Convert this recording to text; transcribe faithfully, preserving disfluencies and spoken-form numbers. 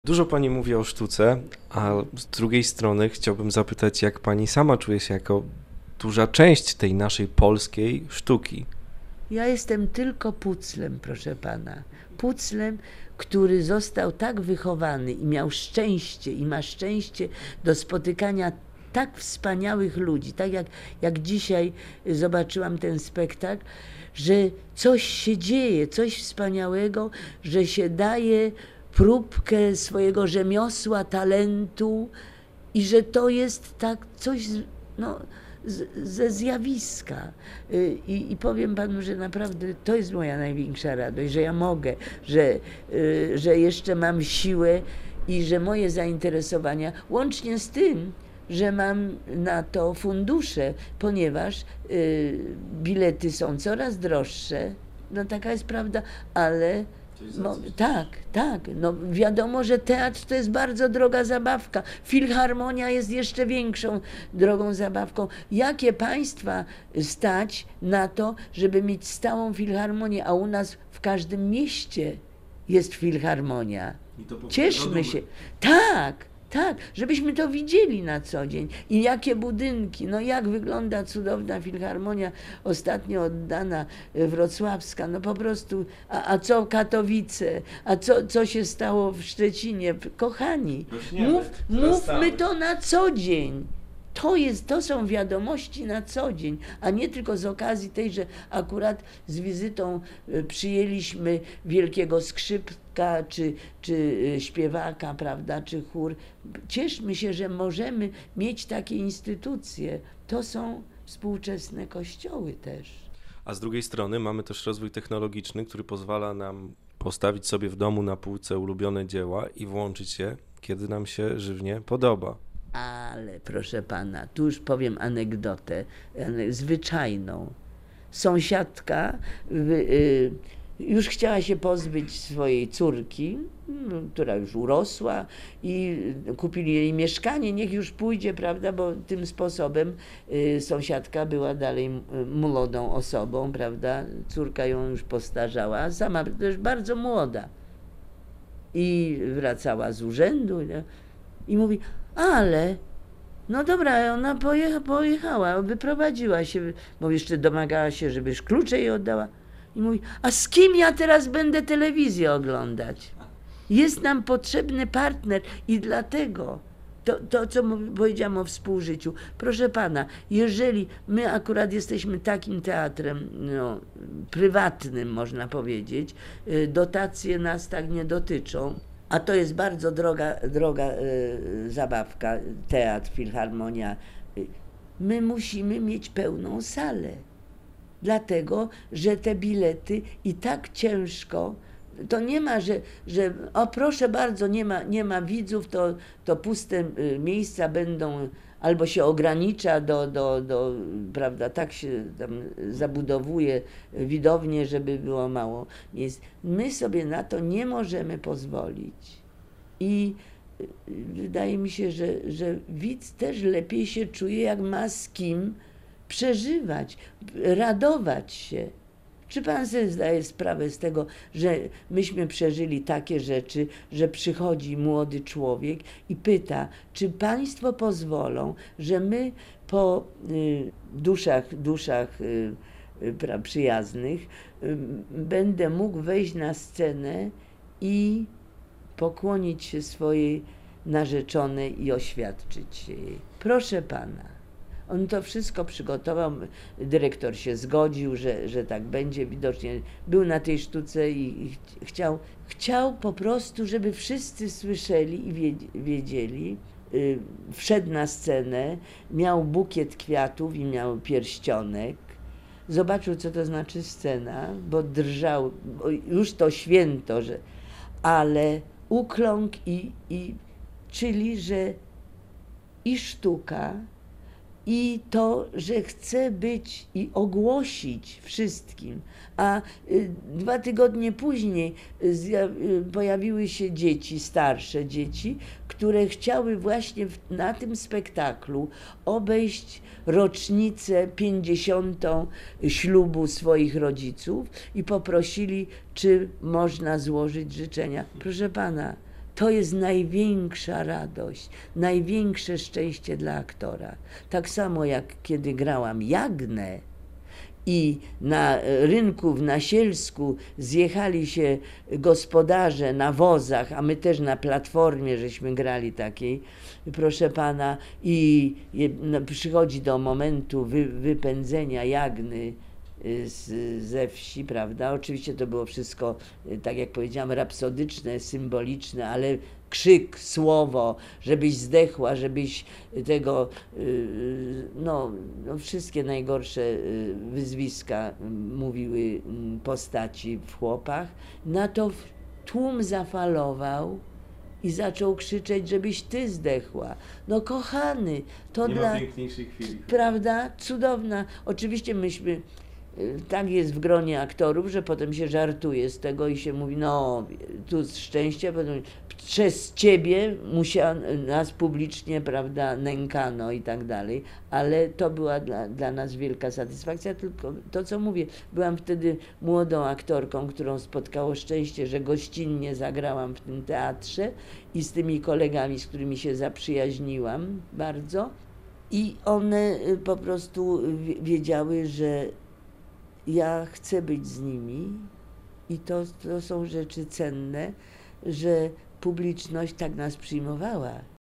Dużo pani mówi o sztuce, a z drugiej strony chciałbym zapytać, jak pani sama czuje się jako duża część tej naszej polskiej sztuki. Ja jestem tylko puclem, proszę pana. Puclem, który został tak wychowany i miał szczęście i ma szczęście do spotykania tak wspaniałych ludzi, tak jak, jak dzisiaj zobaczyłam ten spektakl, że coś się dzieje, coś wspaniałego, że się daje próbkę swojego rzemiosła, talentu i że to jest tak coś, no, z, ze zjawiska. I, I powiem panu, że naprawdę to jest moja największa radość, że ja mogę, że, że jeszcze mam siłę i że moje zainteresowania, łącznie z tym, że mam na to fundusze, ponieważ y, bilety są coraz droższe, no taka jest prawda, ale no, tak, tak. No, wiadomo, że teatr to jest bardzo droga zabawka. Filharmonia jest jeszcze większą drogą zabawką. Jakie państwa stać na to, żeby mieć stałą filharmonię, a u nas w każdym mieście jest filharmonia. Cieszmy się. Tak. Tak, żebyśmy to widzieli na co dzień. I jakie budynki, no jak wygląda cudowna filharmonia ostatnio oddana wrocławska, no po prostu, a, a co Katowice, a co, co się stało w Szczecinie? Kochani, mów, mówmy to na co dzień. To, jest, to są wiadomości na co dzień, a nie tylko z okazji tej, że akurat z wizytą przyjęliśmy wielkiego skrzypka, czy, czy śpiewaka, prawda, czy chór. Cieszmy się, że możemy mieć takie instytucje. To są współczesne kościoły też. A z drugiej strony mamy też rozwój technologiczny, który pozwala nam postawić sobie w domu na półce ulubione dzieła i włączyć je, kiedy nam się żywnie podoba. Ale proszę pana, tu już powiem anegdotę zwyczajną. Sąsiadka y, już chciała się pozbyć swojej córki, która już urosła, i kupili jej mieszkanie, niech już pójdzie, prawda, bo tym sposobem y, sąsiadka była dalej młodą osobą, prawda, córka ją już postarzała, a sama też bardzo młoda. I wracała z urzędu, nie? I mówi: ale, no dobra, ona pojecha, pojechała, wyprowadziła się, bo jeszcze domagała się, żebyś klucze jej oddała. I mówi: a z kim ja teraz będę telewizję oglądać? Jest nam potrzebny partner i dlatego to, to co powiedziałam o współżyciu. Proszę pana, jeżeli my akurat jesteśmy takim teatrem, no, prywatnym, można powiedzieć, dotacje nas tak nie dotyczą, a to jest bardzo droga, droga y, zabawka, teatr, filharmonia. My musimy mieć pełną salę, dlatego że te bilety i tak ciężko, to nie ma, że, że o proszę bardzo, nie ma, nie ma widzów, to, to puste y, miejsca będą, albo się ogranicza do, do, do, prawda, tak się tam zabudowuje widownię, żeby było mało miejsc. My sobie na to nie możemy pozwolić. I wydaje mi się, że, że widz też lepiej się czuje, jak ma z kim przeżywać, radować się. Czy pan sobie zdaje sprawę z tego, że myśmy przeżyli takie rzeczy, że przychodzi młody człowiek i pyta, czy państwo pozwolą, że my po y, duszach, duszach y, y, przyjaznych y, będę mógł wejść na scenę i pokłonić się swojej narzeczonej i oświadczyć się jej. Proszę pana. On to wszystko przygotował, dyrektor się zgodził, że, że tak będzie, widocznie był na tej sztuce i, i chciał, chciał po prostu, żeby wszyscy słyszeli i wiedzieli. Yy, wszedł na scenę, miał bukiet kwiatów i miał pierścionek. Zobaczył, co to znaczy scena, bo drżał, bo już to święto, że, ale ukląkł i, i czyli, że i sztuka, i to, że chce być i ogłosić wszystkim. A y, dwa tygodnie później y, pojawiły się dzieci, starsze dzieci, które chciały właśnie w, na tym spektaklu obejść rocznicę pięćdziesiątą ślubu swoich rodziców i poprosili, czy można złożyć życzenia. Proszę pana, To jest największa radość, największe szczęście dla aktora. Tak samo jak kiedy grałam Jagnę i na rynku w Nasielsku zjechali się gospodarze na wozach, a my też na platformie żeśmy grali takiej, proszę pana, i no, przychodzi do momentu wy, wypędzenia Jagny z, ze wsi, prawda? Oczywiście to było wszystko, tak jak powiedziałam, rapsodyczne, symboliczne, ale krzyk, słowo, żebyś zdechła, żebyś tego, no, no wszystkie najgorsze wyzwiska mówiły postaci w Chłopach. Na to tłum zafalował i zaczął krzyczeć, żebyś ty zdechła. No kochany, to Nie dla... ma piękniejszej chwili. Prawda? Cudowna. Oczywiście myśmy, tak jest w gronie aktorów, że potem się żartuje z tego i się mówi, no tu szczęście, potem przez ciebie musiał, nas publicznie, prawda, nękano i tak dalej, ale to była dla, dla nas wielka satysfakcja, tylko to, co mówię, byłam wtedy młodą aktorką, którą spotkało szczęście, że gościnnie zagrałam w tym teatrze i z tymi kolegami, z którymi się zaprzyjaźniłam bardzo, i one po prostu wiedziały, że ja chcę być z nimi i to, to są rzeczy cenne, że publiczność tak nas przyjmowała.